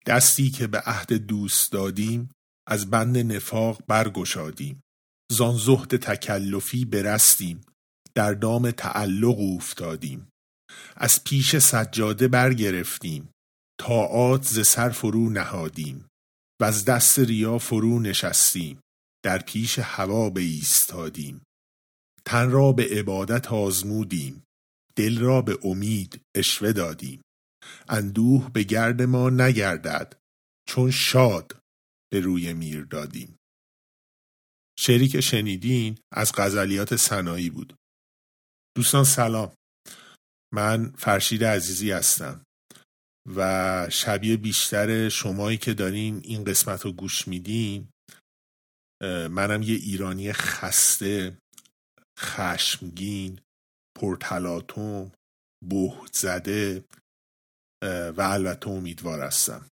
دستی که به عهد دوست دادیم از بند نفاق برگشادیم. زان زهد تکلفی برستیم در دام تعلق افتادیم. از پیش سجاده برگرفتیم طاعات ز سر فرو نهادیم. و از دست ریا فرو نشستیم در پیش هوا بایستادیم. تن را به عبادت آزمودیم دل را به امید عشوه دادیم. اندوه به گرد ما نگردد چون شاد به روی میر دادیم. شعری که شنیدین از غزلیات سنایی بود. دوستان سلام، من فرشید عزیزی هستم و شبیه بیشتر شمایی که دارین این قسمت رو گوش میدین، منم یه ایرانی خسته، خشمگین، پرتلاطم، بهت زده و البته امیدوار هستم.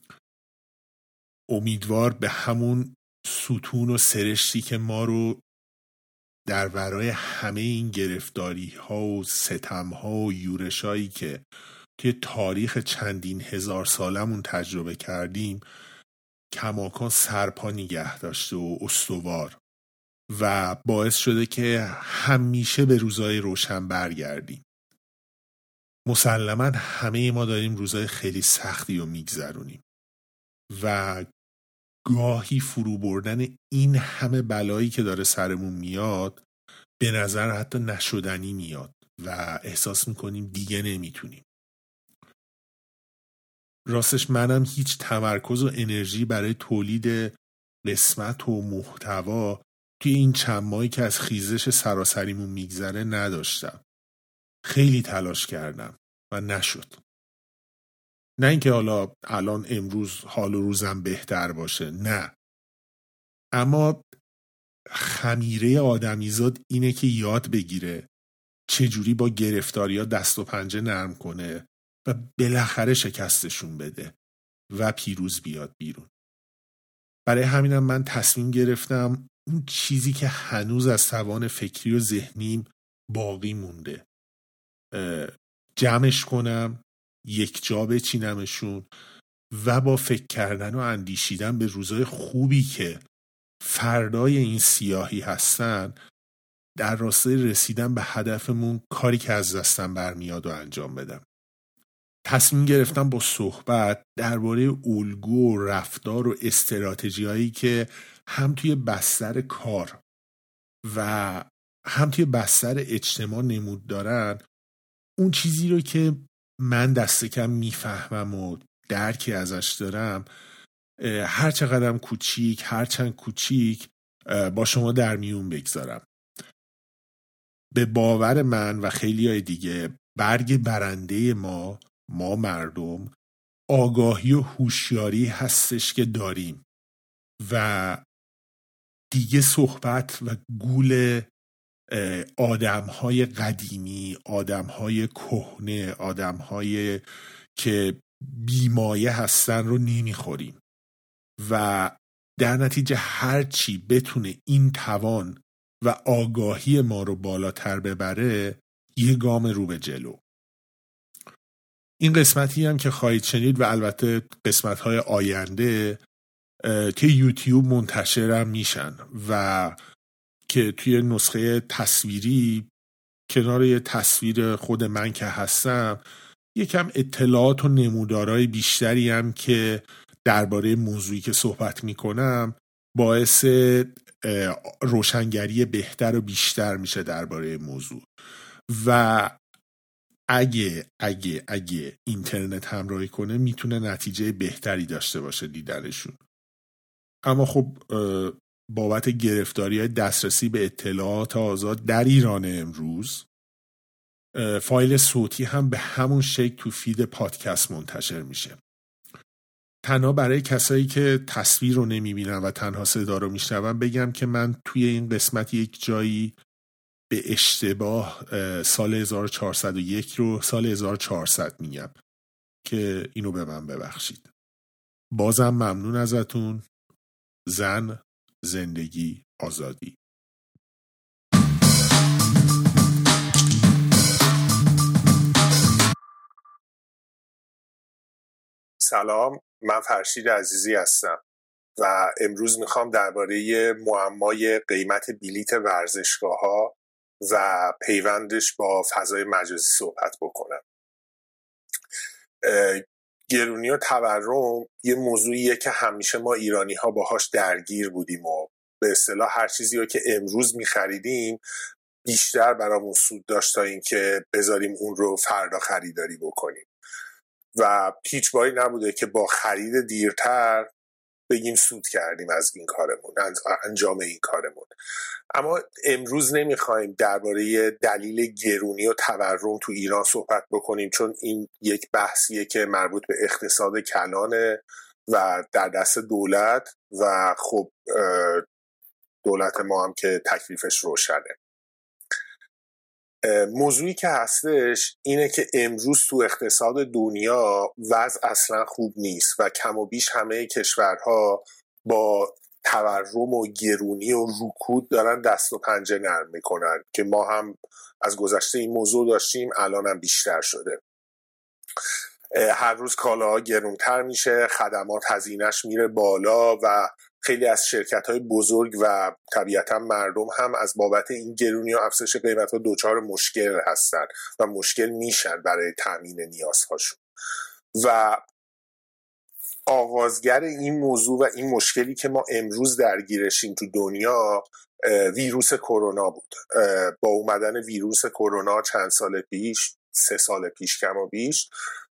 امیدوار به همون ستون و سرشتی که ما رو در ورای همه این گرفتاری ها و ستم ها و یورش هایی که توی تاریخ چندین هزار سالمون تجربه کردیم کماکان سرپا نگه داشته و استوار و باعث شده که همیشه به روزای روشن برگردیم. مسلماً همه ما داریم روزای خیلی سختی رو میگذرونیم و گاهی فرو بردن این همه بلایی که داره سرمون میاد به نظر حتی نشدنی میاد و احساس میکنیم دیگه نمیتونیم. راستش منم هیچ تمرکز و انرژی برای تولید قسمت و محتوا توی این چند ماهی که از خیزش سراسریمون میگذره نداشتم. خیلی تلاش کردم و نشد. نه اینکه حالا الان امروز حال و روزم بهتر باشه، نه. اما خمیره آدمیزاد اینه که یاد بگیره چجوری با گرفتاریا دست و پنجه نرم کنه و بالاخره شکستشون بده و پیروز بیاد بیرون. برای همینم من تصمیم گرفتم اون چیزی که هنوز از توان فکری و ذهنیم باقی مونده جمعش کنم، یک جا بچینمشون و با فکر کردن و اندیشیدن به روزای خوبی که فردای این سیاهی هستن در راستای رسیدن به هدفمون کاری که از دستم برمیاد و انجام بدم. تصمیم گرفتم با صحبت درباره الگو و رفتار و استراتژی‌هایی که هم توی بستر کار و هم توی بستر اجتماع نمود دارن، اون چیزی رو که من دست کم میفهمم و درکی ازش دارم هر چقدرم کوچیک، هر چند کوچیک با شما در میون بگذارم. به باور من و خیلیای دیگه برگ برنده ما مردم آگاهی و هوشیاری هستش که داریم و دیگه صحبت و گول آدم‌های قدیمی، آدم‌های کهنه، آدم‌های که بیمایه هستن رو نمیخوریم و در نتیجه هر چی بتونه این توان و آگاهی ما رو بالاتر ببره یه گام رو به جلو. این قسمتی هم که خواهید شنید و البته قسمت‌های آینده که یوتیوب منتشرم میشن و که توی نسخه تصویری کنار یه تصویر خود من که هستم یکم اطلاعات و نمودارهای بیشتری هم که درباره موضوعی که صحبت میکنم باعث روشنگری بهتر و بیشتر میشه درباره موضوع و اگه اینترنت همراهی کنه میتونه نتیجه بهتری داشته باشه دیدنشون. اما خب بابت گرفتاری‌های دسترسی به اطلاعات آزاد در ایران امروز فایل صوتی هم به همون شکل تو فید پادکست منتشر میشه. تنها برای کسایی که تصویر رو نمیبینن و تنها صدا رو میشنون بگم که من توی این قسمت یک جایی به اشتباه سال 1401 رو سال 1400 میگم که اینو به من ببخشید. بازم ممنون ازتون. زن، زندگی، آزادی. سلام، من فرشید عزیزی هستم و امروز میخوام درباره معمای قیمت بلیت ورزشگاه‌ها و پیوندش با فضای مجازی صحبت بکنم. گرونی و تورم یه موضوعیه که همیشه ما ایرانی ها باهاش درگیر بودیم و به اصطلاح هر چیزی رو که امروز میخریدیم بیشتر برامون سود داشت تا این که بذاریم اون رو فردا خریداری بکنیم و هیچ باری نبوده که با خرید دیرتر بگیم سود کردیم از این کارمون، از انجام این کارمون. اما امروز نمیخوایم درباره دلیل گرونی و تورم تو ایران صحبت بکنیم، چون این یک بحثیه که مربوط به اقتصاد کلانه و در دست دولت و خب دولت ما هم که تکلیفش روشنه. موضوعی که هستش اینه که امروز تو اقتصاد دنیا وضع اصلا خوب نیست و کم و بیش همه کشورها با تورم و گرونی و رکود دارن دست و پنجه نرم میکنن که ما هم از گذشته این موضوع داشتیم، الان هم بیشتر شده. هر روز کالاها گرونتر میشه، خدمات هزینه‌اش میره بالا و خیلی از شرکت‌های بزرگ و طبیعتاً مردم هم از بابت این گرونی و افزایش قیمت‌ها دچار مشکل هستن و مشکل میشن برای تامین نیازهاشون. و آغازگر این موضوع و این مشکلی که ما امروز درگیرشیم تو دنیا ویروس کرونا بود. با اومدن ویروس کرونا چند سال پیش، 3 سال پیش کم و بیش،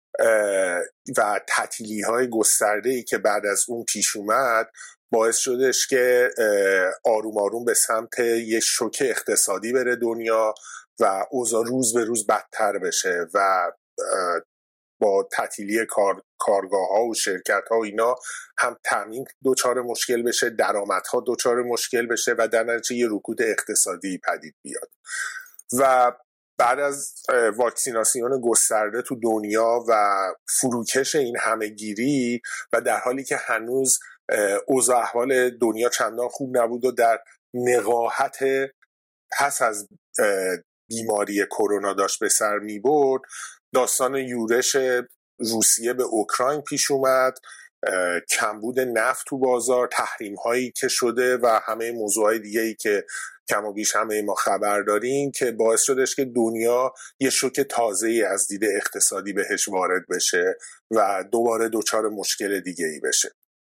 و تعطیلی‌های گسترده‌ای که بعد از اون پیش اومد باعث شدش که آروم آروم به سمت یه شوک اقتصادی بره دنیا و اوضاع روز به روز بدتر بشه و با تعطیلی کارگاه‌ها و شرکت‌ها و اینا هم تامین دچار مشکل بشه، درآمدها دچار مشکل بشه و در نتیجه یه رکود اقتصادی پدید بیاد. و بعد از واکسیناسیون گسترده تو دنیا و فروکش این همه‌گیری و در حالی که هنوز اوضاع احوال دنیا چندان خوب نبود و در نقاهت پس از بیماری کرونا داشت به سر می برد، داستان یورش روسیه به اوکراین پیش اومد، کمبود نفت تو بازار، تحریم هایی که شده و همه موضوعهای دیگه‌ای که کم و بیش همه ما خبر داریم که باعث شدش که دنیا یه شوک تازه‌ای از دید اقتصادی بهش وارد بشه و دوباره دچار مشکل دیگه‌ای بشه.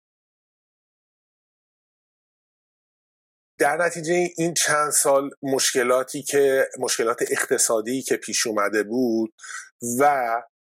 در نتیجه این چند سال مشکلات اقتصادی که پیش اومده بود و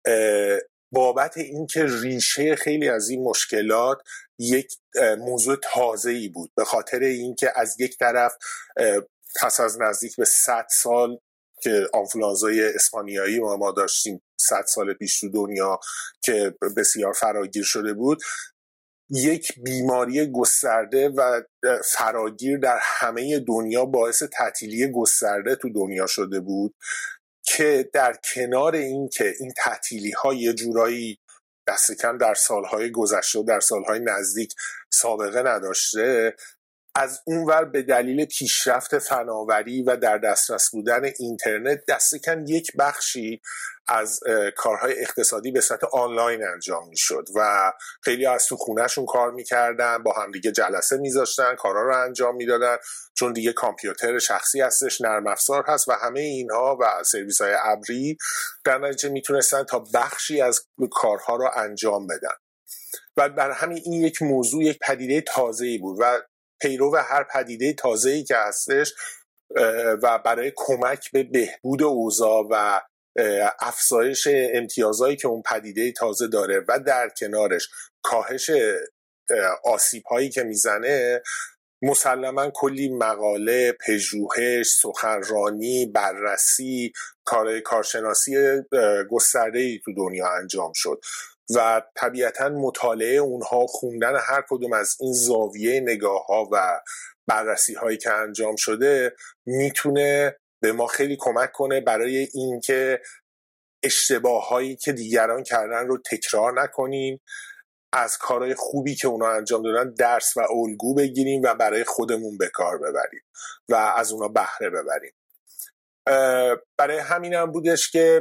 بابت این که ریشه خیلی از این مشکلات یک موضوع تازه‌ای بود، به خاطر این که از یک طرف پس از نزدیک به 100 سال که آنفولانزای اسپانیایی ما داشتیم 100 سال پیش تو دنیا که بسیار فراگیر شده بود، یک بیماری گسترده و فراگیر در همه دنیا باعث تعطیلی گسترده تو دنیا شده بود که در کنار این که این تعطیلی‌ها یه جورایی دست کم در سالهای گذشته و در سالهای نزدیک سابقه نداشته، از اونور به دلیل پیشرفت فناوری و در دسترس بودن اینترنت دست کم یک بخشی از کارهای اقتصادی به صورت آنلاین انجام میشد و خیلی از تو خونهشون کار میکردن، با هم دیگه جلسه میذاشتن، کارها رو انجام میدادن، چون دیگه کامپیوتر شخصی هستش، نرم افزار هست و همه اینها و سرویس های ابری در نتیجه میتونستن تا بخشی از کارها رو انجام بدن و بر همین این یک موضوع، یک پدیده تازه‌ای بود و پیرو هر پدیده تازه‌ای که هستش و برای کمک به بهبود اوضاع و افزایش امتیازایی که اون پدیده تازه داره و در کنارش کاهش آسیب‌هایی که میزنه، مسلماً کلی مقاله، پژوهش، سخنرانی، بررسی، کارشناسی گسترده‌ای تو دنیا انجام شد و طبیعتاً مطالعه اونها، خوندن هر کدوم از این زاویه نگاه‌ها و بررسی‌هایی که انجام شده میتونه به ما خیلی کمک کنه برای اینکه اشتباهایی که دیگران کردن رو تکرار نکنیم، از کارهای خوبی که اونا انجام دادن درس و الگو بگیریم و برای خودمون به کار ببریم و از اونا بهره ببریم. برای همین هم بودش که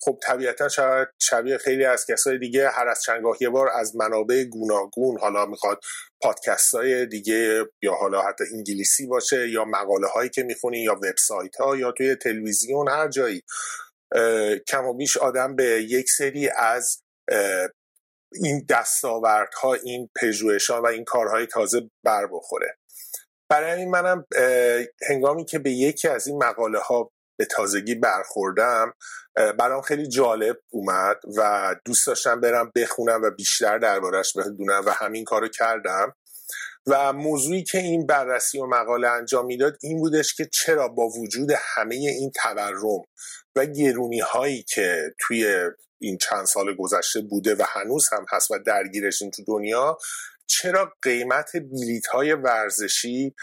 خب طبیعتا شبیه خیلی از کسای دیگه هر از چندگاه یه بار از منابع گوناگون، حالا میخواد پادکست های دیگه یا حالا حتی انگلیسی باشه یا مقاله هایی که میخونی یا وبسایت ها یا توی تلویزیون، هر جایی کم و بیش آدم به یک سری از این دستاوردها، این پژوهش‌ها و این کارهای تازه بر بخوره. برای این منم هنگامی که به یکی از این مقاله ها به تازگی برخوردم برام خیلی جالب اومد و دوست داشتم برم بخونم و بیشتر دربارش بدونم و همین کارو کردم. و موضوعی که این بررسی و مقاله انجام میداد این بودش که چرا با وجود همه این تورم و گرونی هایی که توی این چند سال گذشته بوده و هنوز هم هست و درگیرشیم تو دنیا، چرا قیمت بلیط های ورزشی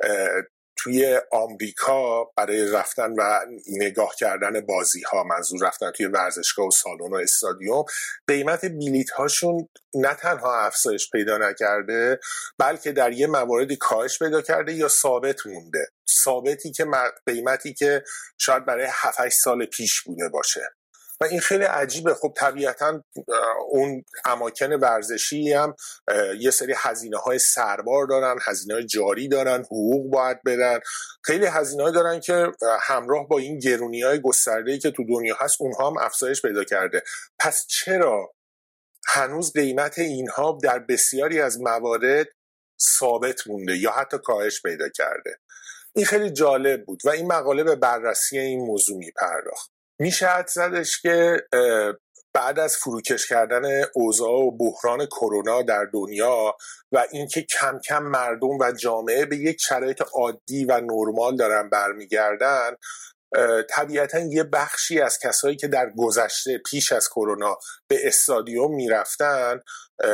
توی آمریکا برای رفتن و نگاه کردن بازی ها، منظور رفتن توی ورزشگاه و سالن و استادیوم، قیمت بلیط هاشون نه تنها افزایش پیدا نکرده بلکه در یه مواردی کاهش پیدا کرده یا ثابت مونده، ثابتی که قیمتی که شاید برای 7-8 سال پیش بوده باشه. و این خیلی عجیبه. خب طبیعتا اون اماکن ورزشی هم یه سری هزینه‌های سربار دارن، هزینه‌های جاری دارن، حقوق باید بدن، خیلی هزینه‌های دارن که همراه با این گرونی‌های گسترده‌ای که تو دنیا هست اونها هم افزایش پیدا کرده. پس چرا هنوز قیمت اینها در بسیاری از موارد ثابت مونده یا حتی کاهش پیدا کرده؟ این خیلی جالب بود و این مقاله به بررسی این موضوع می‌پرداخت. میشه حد زدش که بعد از فروکش کردن اوضاع و بحران کرونا در دنیا و اینکه کم کم مردم و جامعه به یک شرایط عادی و نرمال دارن برمیگردن، طبیعتا یه بخشی از کسایی که در گذشته پیش از کرونا به استادیوم میرفتن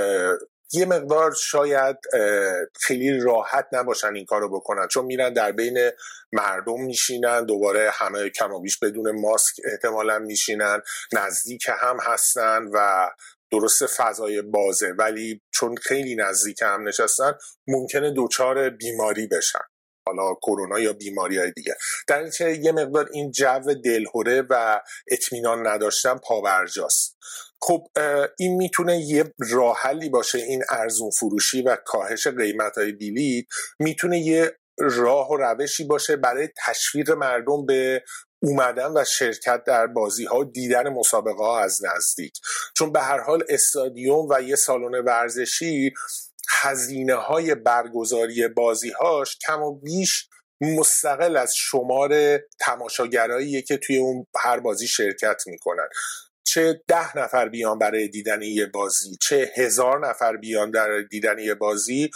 یه مقدار شاید خیلی راحت نباشن این کارو بکنن، چون میرن در بین مردم میشینن، دوباره همه کم و بیش بدون ماسک احتمالاً میشینن، نزدیک هم هستن و درست فضای بازه ولی چون خیلی نزدیک هم نشستن ممکنه دچار بیماری بشن، حالا کرونا یا بیماری های دیگه. در نتیجه یه مقدار این جو دلهره و اطمینان نداشتن پابرجاست. خب این میتونه یه راه حلی باشه، این ارزون فروشی و کاهش قیمت‌های بلیط میتونه یه راه و روشی باشه برای تشویق مردم به اومدن و شرکت در بازی‌ها و دیدن مسابقه‌ها از نزدیک، چون به هر حال استادیوم و یه سالن ورزشی هزینه‌های برگزاری بازی‌هاش کم و بیش مستقل از شمار تماشاگراییه که توی اون هر بازی شرکت میکنن. چه 10 نفر بیان برای دیدن یه بازی، چه 1000 نفر بیان در دیدن یه بازی،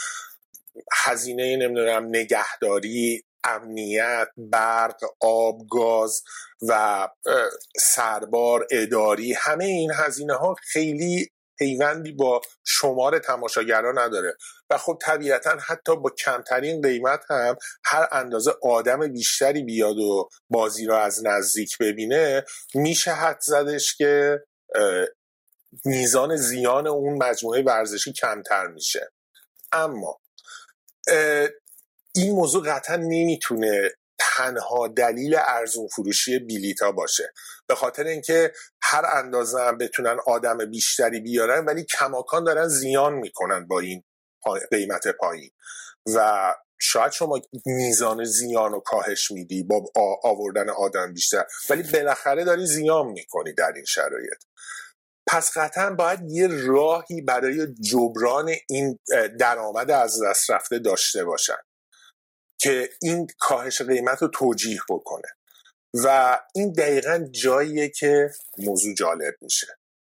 هزینه نمیدونم نگهداری، امنیت، برق، آب، گاز و سربار اداری، همه این هزینه ها خیلی پیوندی با شمار تماشاگران نداره و خب طبیعتا حتی با کمترین قیمت هم هر اندازه آدم بیشتری بیاد و بازی را از نزدیک ببینه میشه حد زدش که میزان زیان اون مجموعه ورزشی کمتر میشه. اما این موضوع قطعا نمیتونه تنها دلیل ارزون فروشی بلیط‌ها باشه، به خاطر اینکه هر اندازه هم بتونن آدم بیشتری بیارن ولی کماکان دارن زیان میکنن با این قیمت پایین و شاید شما میزان زیان رو کاهش میدی با آوردن آدم بیشتر ولی بالاخره داری زیان میکنی در این شرایط. پس قطعا باید یه راهی برای جبران این درآمد از دست رفته داشته باشن که این کاهش قیمت رو توجیه بکنه و این دقیقاً جاییه که موضوع جالب میشه.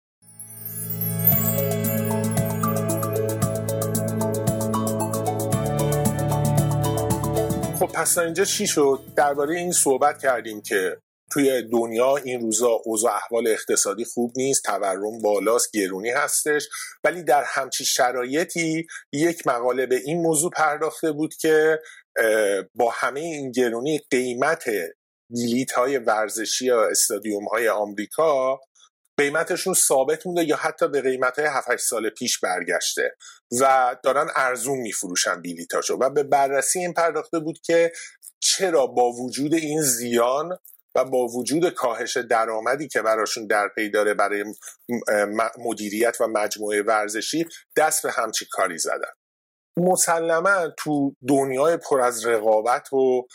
خب پس اینجا چی شد؟ درباره این صحبت کردیم که توی دنیا این روزا اوضاع احوال اقتصادی خوب نیست، تورم بالاست، گرونی هستش، ولی در همچین شرایطی یک مقاله به این موضوع پرداخته بود که با همه این گرونی قیمت بلیط‌های ورزشی یا استادیوم‌های آمریکا قیمتشون ثابت مونده یا حتی به قیمت‌های 7-8 سال پیش برگشته و دارن ارزون میفروشن بلیطاشو و به بررسی این پرداخته بود که چرا با وجود این زیان و با وجود کاهش درآمدی که براشون در پی داره برای مدیریت و مجموعه ورزشی دست به همچین کاری زدن. مسلما تو دنیای پر از رقابت و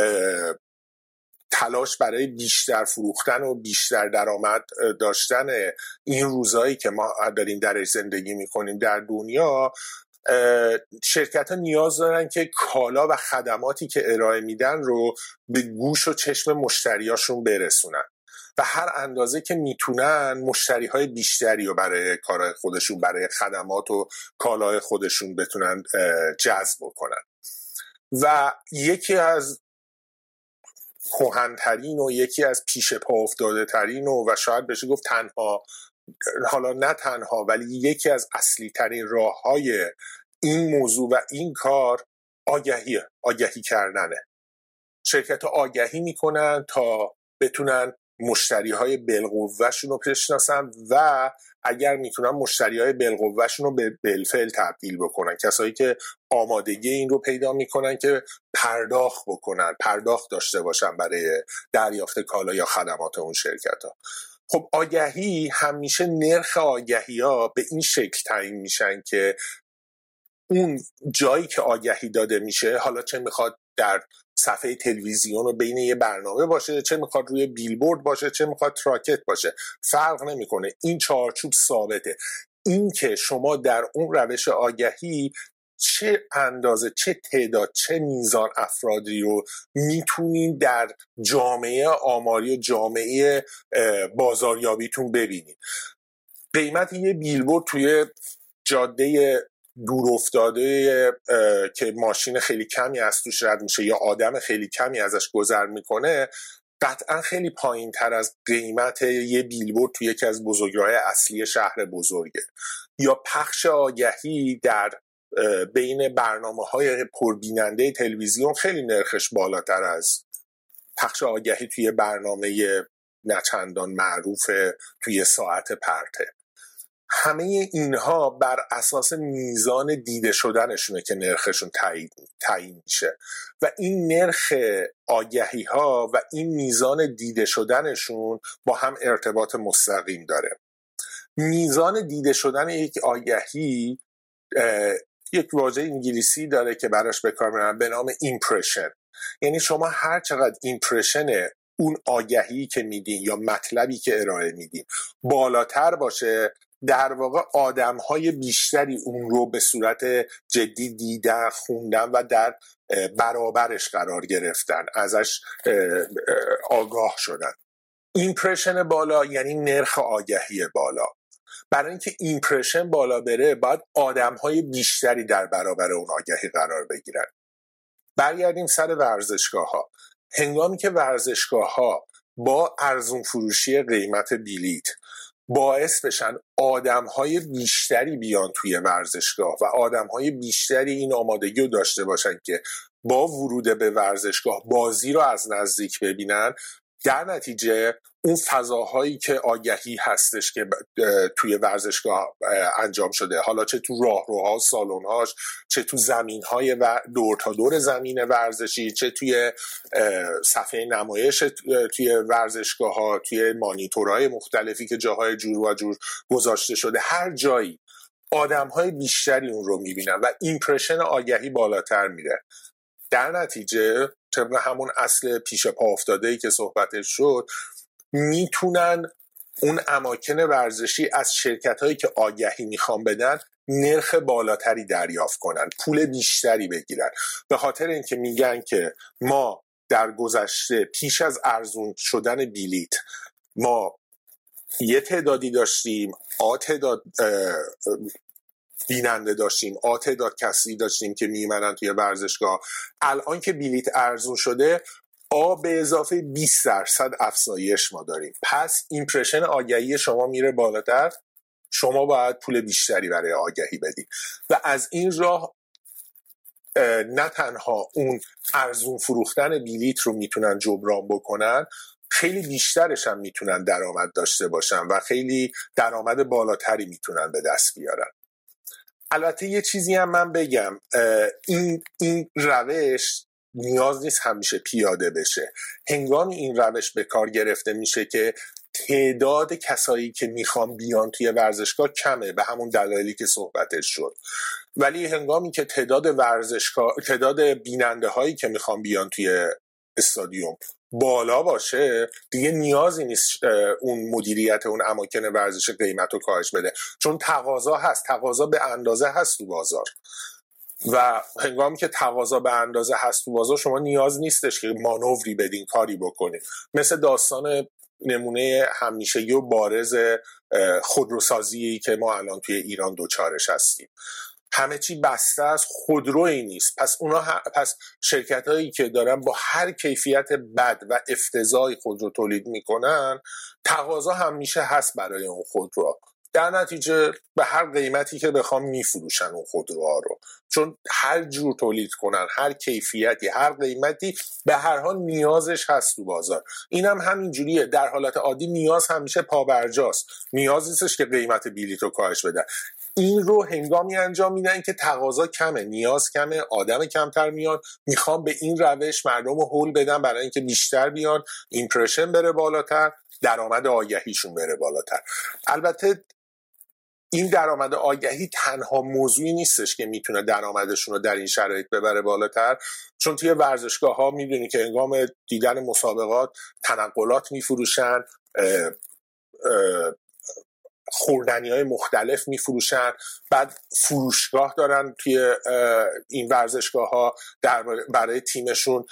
تلاش برای بیشتر فروختن و بیشتر درآمد داشتن این روزایی که ما داریم درش زندگی میکنیم در دنیا، شرکت ها نیاز دارن که کالا و خدماتی که ارائه میدن رو به گوش و چشم مشتریاشون برسونن و هر اندازه که میتونن مشتری های بیشتری رو برای کارهای خودشون، برای خدمات و کالای خودشون بتونن جذب کنن. و یکی از کهن‌ترین و یکی از پیش پا افتاده ترین و شاید بشه گفت تنها، حالا نه تنها ولی یکی از اصلی ترین راه های این موضوع و این کار آگهی کردنه. شرکت ها آگهی میکنن تا بتونن مشتری های بالقوه‌شون رو بشناسن و اگر میتونن مشتری های بالقوه‌شون رو به بالفعل تبدیل بکنن، کسایی که آمادگی این رو پیدا میکنن که پرداخت داشته باشن برای دریافت کالا یا خدمات اون شرکت ها. خب آگهی همیشه نرخ آگهی ها به این شکل تعیین میشن که اون جایی که آگهی داده میشه، حالا چه میخواد در صفحه تلویزیون و بین یه برنامه باشه، چه میخواد روی بیلبورد باشه، چه میخواد تراکت باشه، فرق نمیکنه، این چارچوب ثابته. این که شما در اون روش آگهی چه اندازه، چه تعداد، چه میزان افرادی رو میتونین در جامعه آماری و جامعه بازاریابیتون ببینید. قیمت یه بیلبورد توی جاده دور افتاده که ماشین خیلی کمی از توش رد میشه یا آدم خیلی کمی ازش گذر میکنه قطعا خیلی پایین تر از قیمت یه بیلبورد توی یکی از بزرگراه اصلی شهر بزرگه. یا پخش آگهی در بین برنامه‌های پربیننده تلویزیون خیلی نرخش بالاتر از پخش آگهی توی برنامه نچندان معروف توی ساعت پرته. همه اینها بر اساس میزان دیده شدنشونه که نرخشون تعیین میشه و این نرخ آگهی ها و این میزان دیده شدنشون با هم ارتباط مستقیم داره. میزان دیده شدن یک آگهی یک واژه انگلیسی داره که براش به کار میبرن به نام ایمپرشن. یعنی شما هر چقدر ایمپرشن اون آگهی که میدین یا مطلبی که ارائه میدین بالاتر باشه، در واقع آدم‌های بیشتری اون رو به صورت جدی دیدن، خوندن و در برابرش قرار گرفتن، ازش آگاه شدن. ایمپرشن بالا یعنی نرخ آگهی بالا. برای اینکه ایمپرشن بالا بره باید آدم‌های بیشتری در برابر اون آگهی قرار بگیرن. برگردیم سر ورزشگاه‌ها. هنگامی که ورزشگاه‌ها با ارزون فروشی قیمت بلیت باعث بشن آدم‌های بیشتری بیان توی ورزشگاه و آدم‌های بیشتری این آمادگی رو داشته باشن که با ورود به ورزشگاه بازی رو از نزدیک ببینن، در نتیجه اون فضاهایی که آگهی هستش که توی ورزشگاه انجام شده، حالا چه تو راهروها، سالن‌هاش، چه تو زمین‌های و دور تا دور زمین ورزشی، چه توی صفحه نمایش توی ورزشگاه‌ها، توی مانیتورهای مختلفی که جاهای جور و جور گذاشته شده، هر جایی آدم‌های بیشتری اون رو می‌بینن و ایمپرشن آگهی بالاتر میره. در نتیجه طبق همون اصل پیش پا افتاده‌ای که صحبتش شد، میتونن اون اماکن ورزشی از شرکت‌هایی که آگهی میخوان بدن نرخ بالاتری دریافت کنن، پول بیشتری بگیرن، به خاطر اینکه میگن که ما در گذشته پیش از ارزون شدن بلیت ما یه تعدادی داشتیم، تعداد بیننده داشتیم، تعداد کسی داشتیم که میمدن توی ورزشگاه. الان که بلیت ارزون شده به اضافه 20% افزایش ما داریم. پس ایمپرشن آگهی شما میره بالاتر، شما باید پول بیشتری برای آگهی بدید و از این راه نه تنها اون ارزون فروختن بلیت رو میتونن جبران بکنن، خیلی بیشترش هم میتونن درآمد داشته باشن و خیلی درآمد بالاتری میتونن به دست بیارن. البته یه چیزی هم من بگم، این روش نیاز نیست همیشه پیاده بشه. هنگامی این روش به کار گرفته میشه که تعداد کسایی که میخوان بیان توی ورزشگاه کمه، به همون دلایلی که صحبتش شد. ولی هنگامی که تعداد بیننده هایی که میخوان بیان توی استادیوم بالا باشه، دیگه نیازی نیست اون مدیریت اون اماکن ورزش قیمت رو کاهش بده، چون تقاضا هست، تقاضا به اندازه هست تو بازار. و هنگامی که تقاضا به اندازه هست تو بازار، شما نیاز نیستش که مانوری بدین، کاری بکنین. مثل داستان نمونه همیشگی و بارز خودروسازی که ما الان توی ایران دوچارش هستیم. همه چی بسته است، خودرویی نیست. پس شرکت هایی که دارن با هر کیفیت بد و افتضاحی خودرو تولید میکنن، تقاضا همیشه هست برای اون خودرو. در نتیجه به هر قیمتی که بخوام میفروشن اون خودروها رو، چون هر جور تولید کنن، هر کیفیتی، هر قیمتی، به هر حال نیازش هست تو بازار. اینم همین جوریه. در حالت عادی نیاز همیشه پابرجاست، نیاز نیستش که قیمت بلیط رو کاهش بدن. این رو هنگامی انجام میدن که تقاضا کمه، نیاز کمه، آدم کمتر میاد، میخوام به این روش مردم رو هول بدن برای اینکه بیشتر بیان، ایمپرشن بره بالاتر، درآمد آگهیشون بره بالاتر. البته این درآمد آگهی تنها موضوعی نیستش که میتونه درآمدشون رو در این شرایط ببره بالاتر، چون توی ورزشگاه ها میدونی که هنگام دیدن مسابقات تنقلات میفروشن، خوردنی‌های مختلف میفروشن، بعد فروشگاه دارن توی این ورزشگاه ها برای تیمشون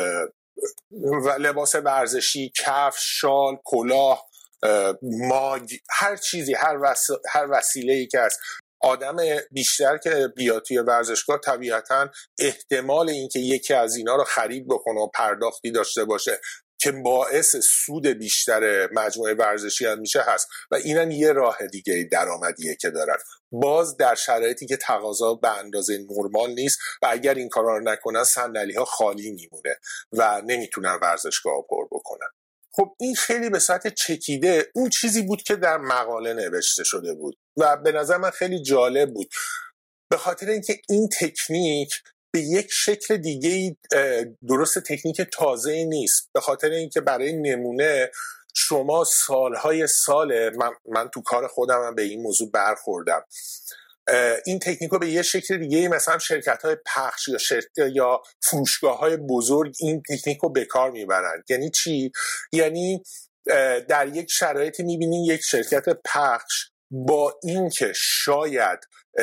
لباس ورزشی، کفش، شال، کلاه، ماگ، هر چیزی، هر وسیله‌ای که از آدم بیشتر که بیاد توی ورزشگاه، طبیعتاً احتمال اینکه یکی از اینا رو خرید بکنه و پرداختی داشته باشه که باعث سود بیشتر مجموعه ورزشی هم میشه هست و اینم یه راه دیگه درآمدیه که دارن، باز در شرایطی که تقاضا به اندازه نرمال نیست و اگر این کارا رو نکنن صندلی‌ها خالی میمونه و نمیتونن ورزشگاه پر بکنن. خب این خیلی به صورت چکیده اون چیزی بود که در مقاله نوشته شده بود و به نظر من خیلی جالب بود، به خاطر اینکه این تکنیک به یک شکل دیگه، درست تکنیک تازه نیست، به خاطر اینکه برای نمونه شما سالهای سال من تو کار خودم هم به این موضوع برخوردم، این تکنیک رو به یه شکل دیگه مثلا شرکت‌های پخش یا فروشگاه‌های بزرگ این تکنیک رو به کار میبرن. یعنی چی؟ یعنی در یک شرایطی میبینین یک شرکت پخش با اینکه شاید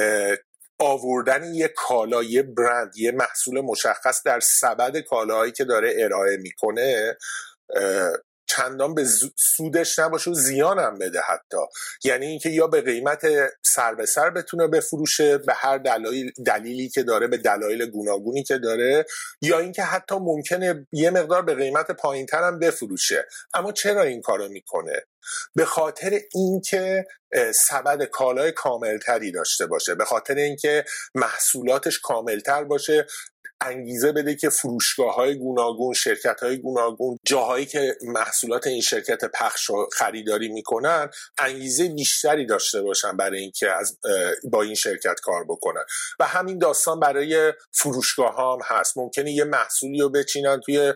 آوردن یه کالا، یه برند، یه محصول مشخص در سبد کالاهایی که داره ارائه میکنه چندان به سودش نباشه و زیان هم بده حتی. یعنی اینکه یا به قیمت سر به سر بتونه بفروشه به هر دلیلی که داره، به دلایل گوناگونی که داره، یا اینکه حتی ممکنه یه مقدار به قیمت پایین‌تر هم بفروشه. اما چرا این کارو میکنه؟ به خاطر اینکه سبد کالای کاملتری داشته باشه، به خاطر اینکه محصولاتش کاملتر باشه، انگیزه بده که فروشگاه‌های گوناگون، شرکت‌های گوناگون، جاهایی که محصولات این شرکت پخش و خریداری میکنن انگیزه بیشتری داشته باشن برای اینکه با این شرکت کار بکنن. و همین داستان برای فروشگاه‌ها هم هست. ممکنه یه محصولی رو بچینن توی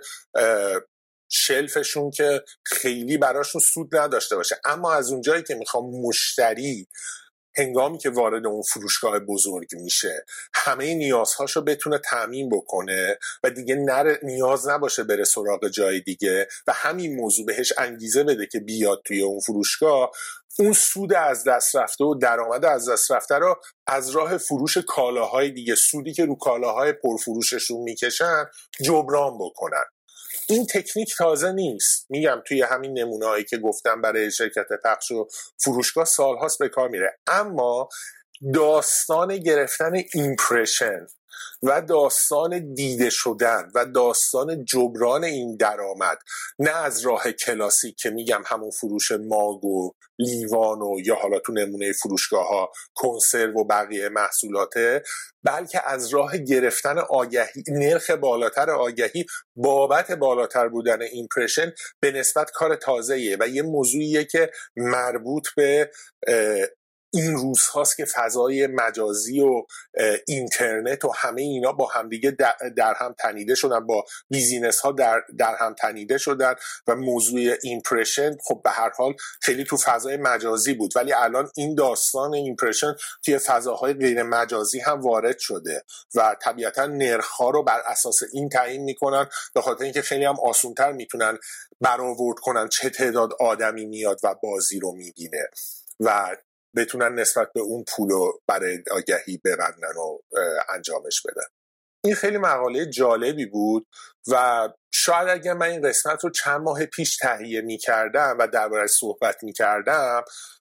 شلفشون که خیلی براشون سود نداشته باشه، اما از اونجایی که میخوام مشتری هنگامی که وارد اون فروشگاه بزرگ میشه همه نیازهاشو بتونه تامین بکنه و دیگه نیاز نباشه بره سراغ جای دیگه و همین موضوع بهش انگیزه بده که بیاد توی اون فروشگاه، اون سود از دست رفته و درآمد از دست رفته رو از راه فروش کالاهای دیگه، سودی که رو کالاهای پرفروششون میکشن، جبران بکنن. این تکنیک تازه نیست، میگم توی همین نمونه‌هایی که گفتم برای شرکت پخش و فروشگاه سالهاست به کار میره. اما داستان گرفتن ایمپرشن و داستان دیده شدن و داستان جبران این درآمد، نه از راه کلاسیک که میگم همون فروش ماگ و لیوان و یا حالا تو نمونه فروشگاه ها کنسرو و بقیه محصولاته، بلکه از راه گرفتن آگهی، نرخ بالاتر آگهی بابت بالاتر بودن ایمپرشن به نسبت کار تازه‌ایه و یه موضوعیه که مربوط به این روزهاست که فضای مجازی و اینترنت و همه اینا با همدیگه در هم تنیده شدن، با بیزینس ها در هم تنیده شدن و موضوع ایمپرشن خب به هر حال خیلی تو فضای مجازی بود، ولی الان این داستان ایمپرشن توی فضاهای غیر مجازی هم وارد شده و طبیعتا نرخ‌ها رو بر اساس این تعیین میکنن، به خاطر اینکه خیلی هم آسان‌تر میتونن برآورد کنن چه تعداد آدمی میاد و بازی رو میبینه و بتونن نسبت به اون پولو برای آگهی ببندن و انجامش بدن. این خیلی مقاله جالبی بود و شاید اگر من این قسمت رو چند ماه پیش تهیه میکردم و درباره‌اش صحبت میکردم،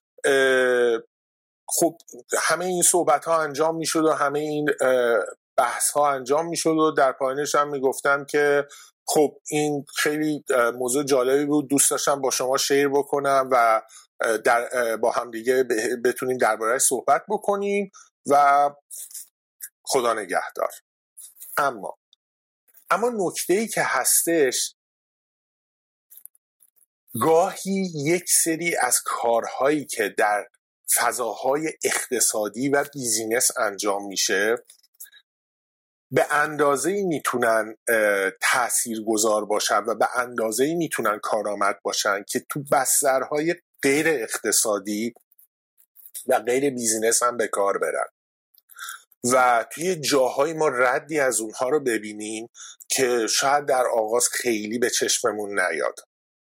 خب همه این صحبت ها انجام میشد و همه این بحث ها انجام میشد و در پایانش هم میگفتم که خب این خیلی موضوع جالبی بود، دوست داشتم با شما شیر بکنم و با هم دیگه بتونیم درباره‌اش صحبت بکنیم و خدا نگهدار. اما نکته‌ای که هستش، گاهی یک سری از کارهایی که در فضاهای اقتصادی و بیزینس انجام میشه به اندازه‌ای میتونن تاثیرگذار باشن و به اندازه‌ای میتونن کارآمد باشن که تو بسترهای غیر اقتصادی و غیر بیزینس هم به کار برن و توی جاهای ما ردی از اونها رو ببینیم که شاید در آغاز خیلی به چشممون نیاد.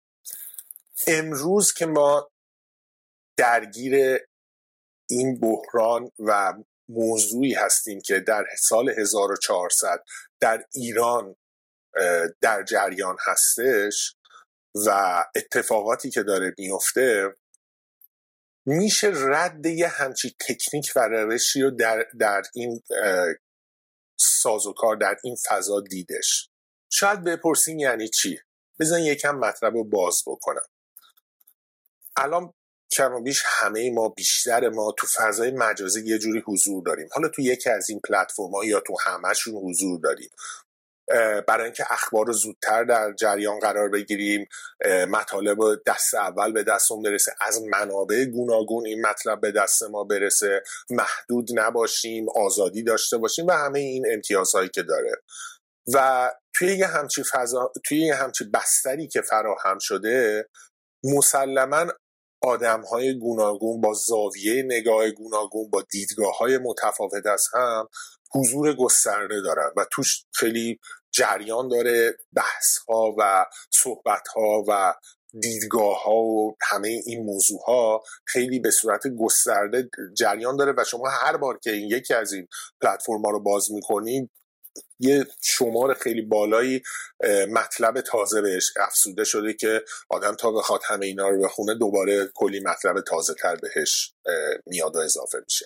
امروز که ما درگیر این بحران و موضوعی هستیم که در سال 1400 در ایران در جریان هستش و اتفاقاتی که داره میفته، میشه رد یه همچی تکنیک و روشی رو در این سازوکار در این فضا دیدش. شاید بپرسیم یعنی چی؟ بزن یکم مطلب رو باز بکنم. الان کم و بیش همه ما، بیشتر ما تو فضای مجازی یه جوری حضور داریم. حالا تو یکی از این پلتفرم‌ها یا تو همه‌شون حضور داریم، برای اینکه اخبار رو زودتر در جریان قرار بگیریم، مطالب رو دست اول به دستمون برسه، از منابع گوناگون این مطلب به دست ما برسه، محدود نباشیم، آزادی داشته باشیم و همه این امتیازهایی که داره. و توی یه همچی فضا، توی یه همچی بستری که فراهم شده، مسلماً آدم‌های گوناگون با زاویه نگاه گوناگون، با دیدگاه‌های متفاوت از هم حضور گسترده دارن و توش خیلی جریان داره، بحث‌ها و صحبت‌ها و دیدگاه‌ها و همه این موضوع‌ها خیلی به صورت گسترده جریان داره و شما هر بار که یکی از این پلتفرم‌ها رو باز می‌کنید یه شمار خیلی بالایی مطلب تازه بهش افزوده شده که آدم تا بخواد همه اینا رو بخونه دوباره کلی مطلب تازه تر بهش میاد و اضافه میشه.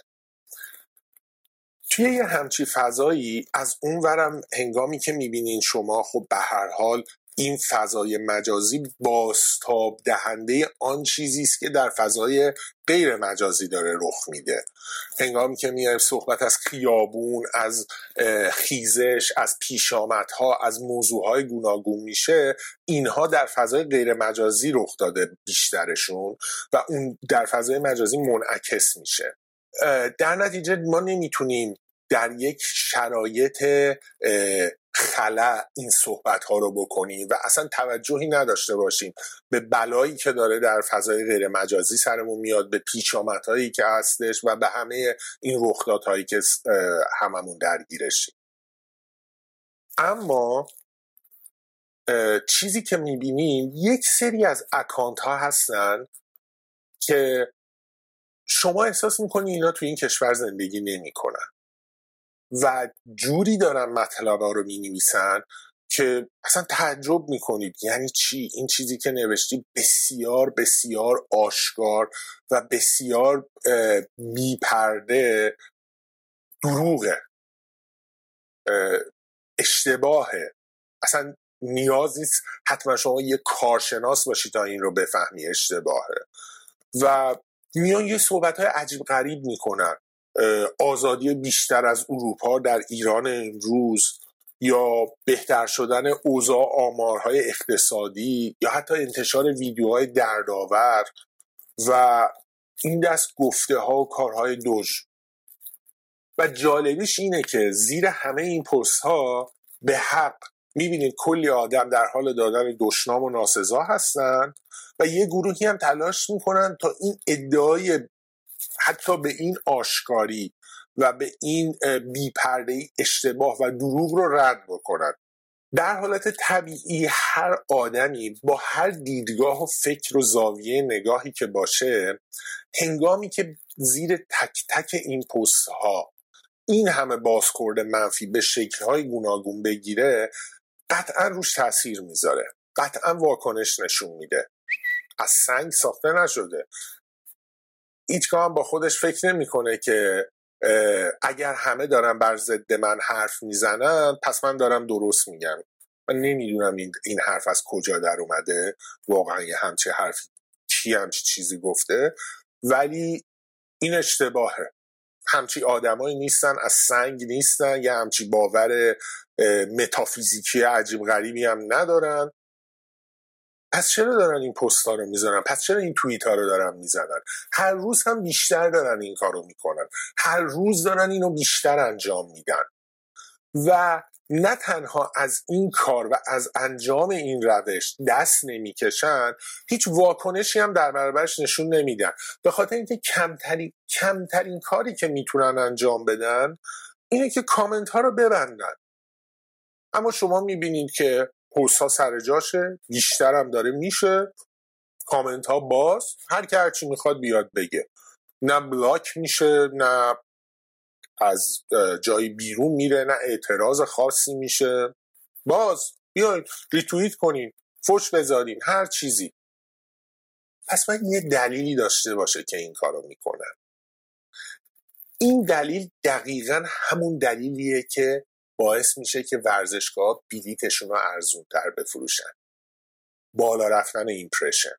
توی یه همچی فضایی از اون ورم هنگامی که میبینین شما، خب به هر حال این فضای مجازی بازتاب دهنده آن چیزی است که در فضای غیر مجازی داره رخ میده. هنگامی که میایم صحبت از خیابون، از خیزش، از پیشامدها، از موضوعهای گوناگون میشه، اینها در فضای غیر مجازی رخ داده بیشترشون و اون در فضای مجازی منعکس میشه. در نتیجه ما نمیتونیم در یک شرایط خلا این صحبت ها رو بکنیم و اصلا توجهی نداشته باشیم به بلایی که داره در فضای غیر مجازی سرمون میاد، به پیچامدهایی که هستش و به همه این رخدادهایی که هممون درگیرشیم. اما چیزی که میبینیم یک سری از اکانت ها هستن که شما احساس میکنی اینا تو این کشور زندگی نمی کنن و جوری دارن مطلب ها رو می نویسن که اصلا تعجب میکنید یعنی چی؟ این چیزی که نوشتی بسیار بسیار آشکار و بسیار بی‌پرده دروغه، اشتباهه. اصلا نیاز نیست حتما شما یه کارشناس باشی تا این رو بفهمی اشتباهه. و میان یه صحبت‌های عجیب غریب میکنن، آزادی بیشتر از اروپا در ایران امروز، یا بهتر شدن اوضاع آمارهای اقتصادی، یا حتی انتشار ویدیوهای دردآور و این دست گفته ها و کارهای دوژ. و جالبیش اینه که زیر همه این پست ها به حق میبینید کلی آدم در حال دادن دشنام و ناسزا هستن و یه گروهی هم تلاش میکنن تا این ادعای حتی به این آشکاری و به این بی‌پرده‌ای اشتباه و دروغ رو رد بکنن. در حالت طبیعی هر آدمی با هر دیدگاه و فکر و زاویه نگاهی که باشه، هنگامی که زیر تک تک این پست ها این همه بازخورد منفی به شکل‌های گوناگون بگیره، قطعا روش تاثیر میذاره، قطعا واکنش نشون میده. از سنگ ساخته نشده. هیچگاه هم با خودش فکر نمیکنه که اگر همه دارن بر ضد من حرف میزنن پس من دارم درست میگم. من نمیدونم این حرف از کجا در اومده، واقعا یه همچه حرفی کی همچی چیزی گفته، ولی این اشتباهه. همچی آدمایی نیستن، از سنگ نیستن، یا همچی باور متافیزیکی عجیب غریبی هم ندارن. پس چرا دارن این پست ها رو میزنن؟ پس چرا این توییت ها رو دارن میزنن؟ هر روز هم بیشتر دارن این کار رو میکنن، هر روز دارن اینو بیشتر انجام میدن و نه تنها از این کار و از انجام این روش دست نمیکشن، هیچ واکنشی هم در برابرش نشون نمیدن، به خاطر اینکه کمترین کاری که میتونن انجام بدن اینه که کامنت ها رو ببندن. اما شما میبینید که پست ها سر جاشه، بیشتر هم داره میشه، کامنت ها باز، هر که هرچی میخواد بیاد بگه، نه بلاک میشه، نه از جای بیرون میره، نه اعتراض خاصی میشه، باز بیاید ریتوییت کنین، فوش بذارین، هر چیزی. پس باید یه دلیلی داشته باشه که این کارو میکنن. این دلیل دقیقاً همون دلیلیه که باعث میشه که ورزشگاه بلیتشون رو ارزونتر بفروشن. بالا رفتن ایمپرشن.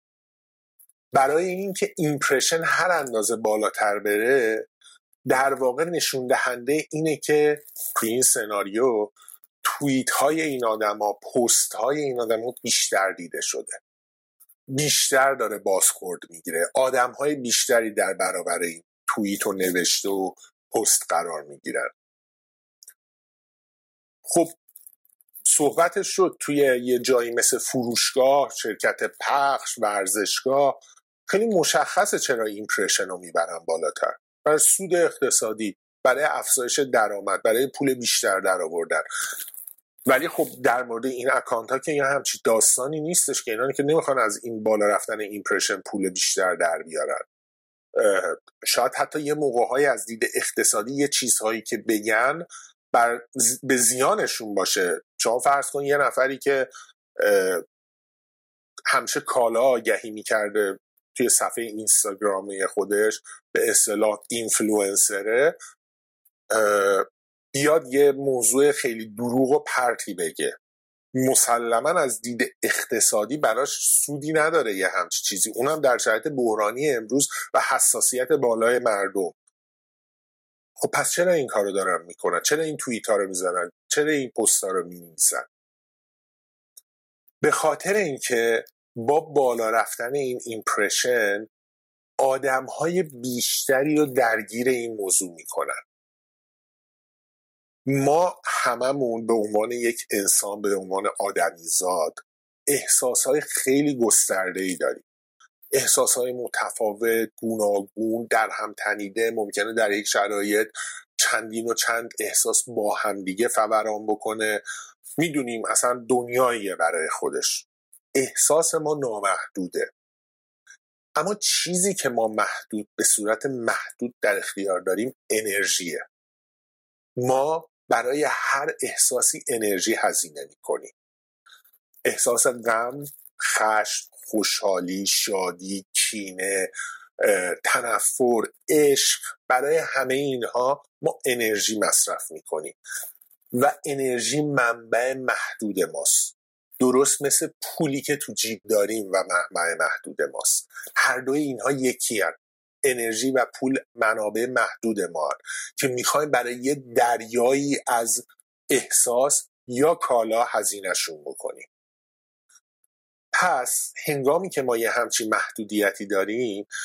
برای اینکه ایمپرشن هر اندازه بالاتر بره، در واقع نشون دهنده اینه که توی این سناریو توییت های این آدما، پست های این آدما بیشتر دیده شده، بیشتر داره بازخورد میگیره، آدم های بیشتری در برابر این توییت و نوشته و پست قرار میگیرن. خب صحبتش شد توی یه جایی مثل فروشگاه، شرکت پخش، ورزشگاه، خیلی مشخصه چرا ایمپرشن رو میبرن بالاتر. برای سود اقتصادی، برای افزایش درآمد، برای پول بیشتر در آوردن. ولی خب در مورد این اکانت ها که یه همچی داستانی نیستش که اینانی که نمیخوان از این بالا رفتن ایمپرشن پول بیشتر در بیارن. شاید حتی یه موقع‌های از دید اقتصادی یه چیزهایی که بگن به زیانشون باشه. شما فرض کن یه نفری که همیشه کالا آگهی میکرده توی صفحه اینستاگرامی خودش، به اصطلاح اینفلوئنسره، بیاد یه موضوع خیلی دروغ و پرتی بگه، مسلماً از دید اقتصادی براش سودی نداره یه همچی چیزی، اونم در شرایط بحرانی امروز و حساسیت بالای مردم. خب پس چرا این کارو دارن میکنن؟ چرا این توییت ها رو میزنن؟ چرا این پست ها رو مینویسن؟ به خاطر اینکه با بالا رفتن این ایمپرشن آدم های بیشتری رو درگیر این موضوع میکنن. ما هممون به عنوان یک انسان، به عنوان آدمیزاد، احساسهای خیلی گسترده‌ای داریم. احساسهای متفاوت، گوناگون، در هم تنیده، ممکنه در یک شرایط چندین و چند احساس با هم دیگه فوران بکنه. میدونیم اصلا دنیاییه برای خودش. احساس ما نامحدوده. اما چیزی که ما به صورت محدود در اختیار داریم انرژیه. ما برای هر احساسی انرژی هزینه میکنیم. احساس غم، خشم، خوشحالی، شادی، کینه، تنفر، عشق، برای همه اینها ما انرژی مصرف میکنیم و انرژی منبع محدود ماست. درست مثل پولی که تو جیب داریم و منبع محدود ماست. هر دوی اینها یکی هست. انرژی و پول منابع محدود ما هست که میخوایم برای یه دریایی از احساس یا کالا هزینه‌شون بکنیم. پس هنگامی که ما یه همچین محدودیتی داریم،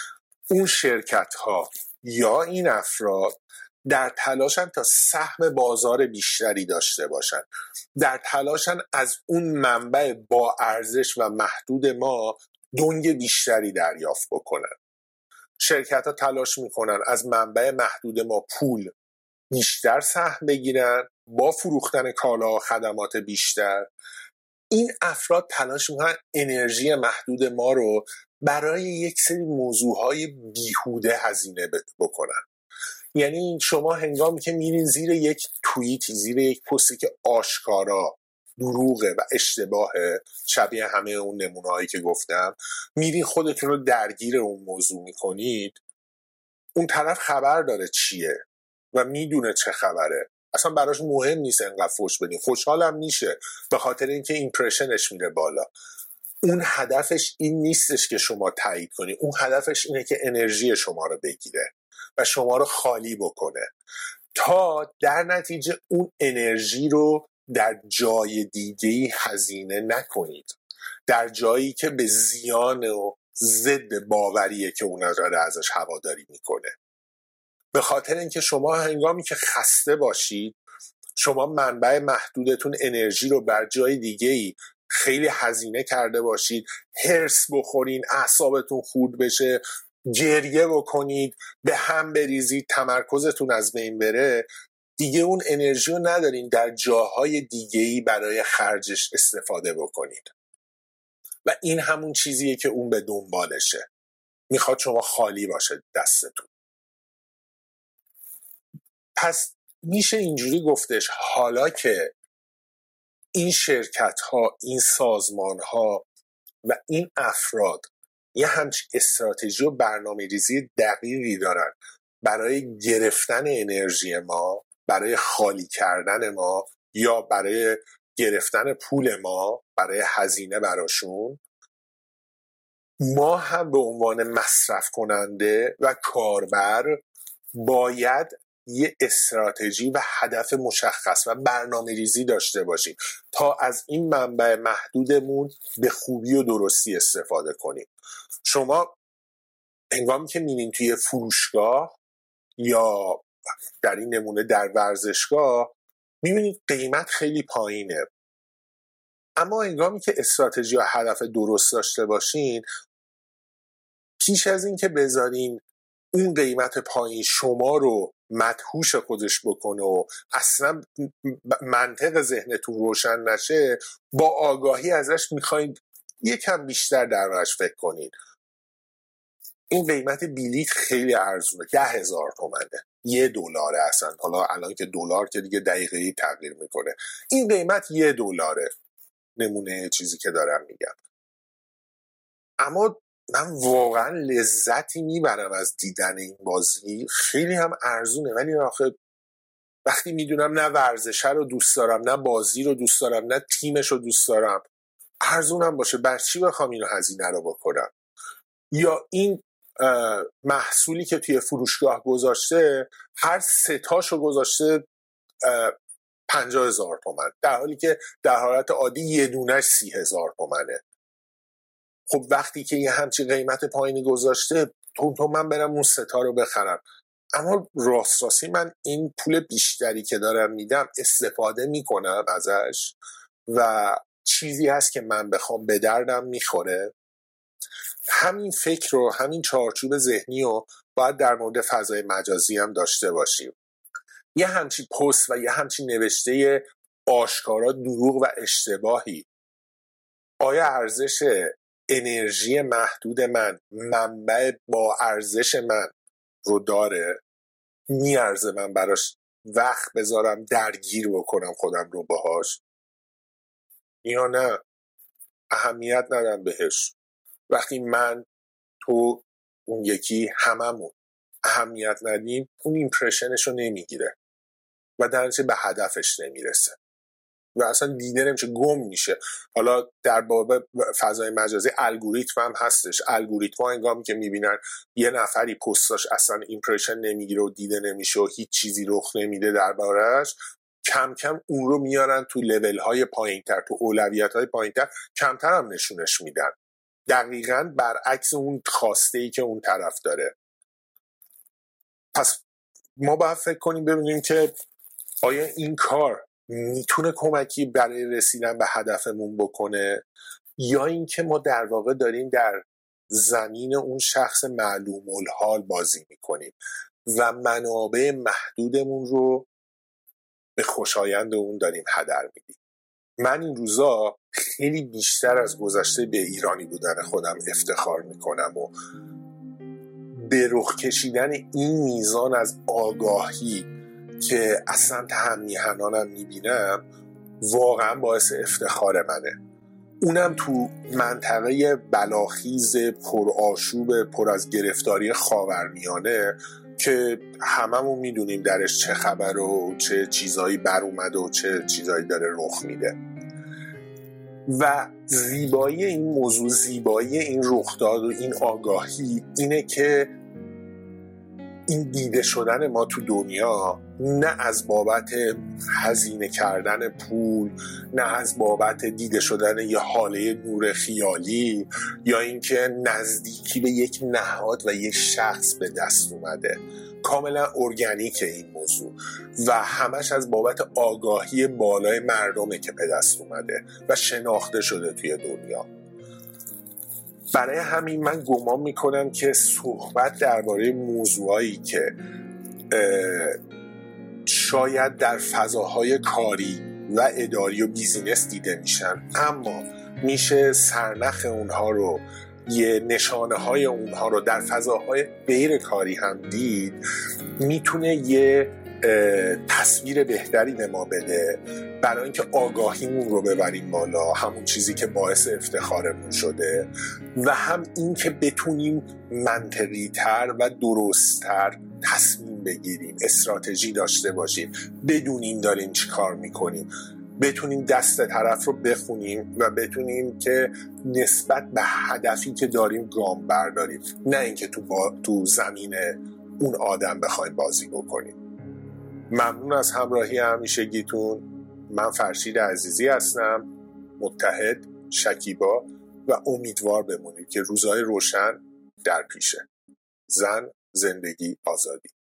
اون شرکت ها یا این افراد در تلاشن تا سهم بازار بیشتری داشته باشن، در تلاشن از اون منبع با ارزش و محدود ما دنگ بیشتری دریافت بکنن. شرکت ها تلاش میکنن از منبع محدود ما پول بیشتر سهم بگیرن با فروختن کالا و خدمات بیشتر. این افراد تلاش میکنن انرژی محدود ما رو برای یک سری موضوعهای بیهوده هزینه بکنن. یعنی شما هنگامی که میرین زیر یک توییتی، زیر یک پستی که آشکارا دروغه و اشتباهه، شبیه همه اون نمونه‌هایی که گفتم، میرین خودتون رو درگیر اون موضوع میکنید، اون طرف خبر داره چیه و میدونه چه خبره، اصلا براش مهم نیست انقدر فوش بدین، خوشحالم میشه به خاطر اینکه ایمپرشنش میره بالا. اون هدفش این نیستش که شما تایید کنی، اون هدفش اینه که انرژی شما رو بگیره و شما رو خالی بکنه تا در نتیجه اون انرژی رو در جای دیگه‌ای هزینه نکنید، در جایی که به زیان و ضد باوریه که اون داره ازش هواداری میکنه. به خاطر اینکه شما هنگامی که خسته باشید، شما منبع محدودتون انرژی رو بر جای دیگه‌ای خیلی هزینه کرده باشید، هرس بخورین، اعصابتون خورد بشه، گریه بکنید، به هم بریزید، تمرکزتون از بین بره، دیگه اون انرژی رو ندارین در جاهای دیگه‌ای برای خرجش استفاده بکنید. و این همون چیزیه که اون به دنبالشه، میخواد شما خالی باشه دستتون. پس میشه اینجوری گفتش حالا که این شرکت ها، این سازمان ها و این افراد یه همچین استراتژی و برنامه ریزی دقیقی دارن برای گرفتن انرژی ما، برای خالی کردن ما یا برای گرفتن پول ما برای هزینه براشون، ما هم به عنوان مصرف کننده و کاربر باید یه استراتژی و هدف مشخص و برنامه ریزی داشته باشیم تا از این منبع محدودمون به خوبی و درستی استفاده کنیم. شما هنگامی که میرین توی فروشگاه یا در این نمونه در ورزشگاه میبینید قیمت خیلی پایینه، اما هنگامی که استراتژی و هدف درست داشته باشین، پیش از این که بذارین اون قیمت پایین شما رو مدهوش خودش بکنه و اصلا منطق ذهنتون روشن نشه، با آگاهی ازش میخواید یکم بیشتر درش فکر کنید. این قیمت بلیط خیلی ارزونه، 10,000 تومنه، $1 اصلا. حالا الان که دلار که دیگه دقیقه‌ای تغییر میکنه، این قیمت $1 نمونه چیزی که دارم میگم. اما من واقعا لذتی میبرم از دیدن این بازی، خیلی هم ارزونه، ولی آخه وقتی میدونم نه ورزشه رو دوست دارم، نه بازی رو دوست دارم، نه تیمش رو دوست دارم، ارزونم باشه، بر چی بخوام اینو هزینه رو بکنم؟ یا این محصولی که توی فروشگاه گذاشته، هر 3 تاشو گذاشته 50,000 تومن، در حالی که در حالت عادی یه دونش 30,000 تومنه. خب وقتی که یه همچین قیمت پایینی گذاشته، تو من برم اون 3 تا رو بخرم. اما راستی من این پول بیشتری که دارم میدم استفاده میکنم ازش و چیزی هست که من بخوام به دردم میخوره. همین فکر رو، همین چارچوب ذهنی رو باید در مورد فضای مجازی هم داشته باشیم. یه همچین پست و یه همچین نوشته آشکارا دروغ و اشتباهی آیا ارزش انرژی محدود من، منبع با ارزش من رو داره؟ میارزه من براش وقت بذارم درگیر بکنم خودم رو باهاش یا نه اهمیت ندم بهش؟ وقتی من، تو، اون یکی، هممون اهمیت ندیم، اون ایمپرشنش رو نمیگیره و در نتیجه به هدفش نمیرسه و اصلا دیده نمیشه، گم میشه. حالا در باب فضای مجازی الگوریتم هم هستش. الگوریتم ها هنگامی که میبینن یه نفری پستاش اصلا ایمپرشن نمیگیره و دیده نمیشه و هیچ چیزی رخ نمیده دربارش، کم کم اون رو میارن تو لول های پایینتر، تو اولویت های پایینتر، کمتر هم نشونش میدن، دقیقاً برعکس اون خواسته ای که اون طرف داره. پس ما باید فکر کنیم ببینیم که آیا این کار میتونه کمکی برای رسیدن به هدفمون بکنه، یا اینکه ما در واقع داریم در زمین اون شخص معلوم الحال بازی میکنیم و منابع محدودمون رو به خوشایند اون داریم هدر میدیم. من این روزا خیلی بیشتر از گذشته به ایرانی بودن خودم افتخار میکنم و به رخ کشیدن این میزان از آگاهی که اصلا هم میهنانم میبینم واقعا باعث افتخار منه. اونم تو منطقه بلاخیز پرآشوب پر از گرفتاری خاورمیانه که هممون میدونیم درش چه خبر و چه چیزایی بر اومده و چه چیزایی داره رخ میده. و زیبایی این موضوع، زیبایی این رخداد و این آگاهی اینه که این دیده شدن ما تو دنیا نه از بابت هزینه کردن پول، نه از بابت دیده شدن یه حاله نور خیالی یا اینکه نزدیکی به یک نهاد و یک شخص به دست اومده. کاملا ارگانیکه این موضوع و همش از بابت آگاهی بالای مردمه که به دست اومده و شناخته شده توی دنیا. برای همین من گمان میکنم که صحبت درباره موضوعایی که شاید در فضاهای کاری و اداری و بیزینس دیده میشن اما میشه سرنخ اونها رو، یه نشانه های اونها رو در فضاهای غیر کاری هم دید، میتونه یه تصویر بهتری به ما بده برای اینکه آگاهیمون رو ببریم بالا، همون چیزی که باعث افتخارمون شده، و هم این که بتونیم منطقی تر و درست تر تصمیم بگیریم، استراتژی داشته باشیم، بدونیم داریم چی کار میکنیم، بتونیم دست طرف رو بخونیم و بتونیم که نسبت به هدفی که داریم گام برداریم، نه اینکه تو زمین اون آدم بخوایم بازی بکنیم. ممنون از همراهی همیشگیتون. من فرشید عزیزی هستم، متحد، شکیبا و امیدوار بمونید که روزهای روشن در پیشه. زن، زندگی، آزادی.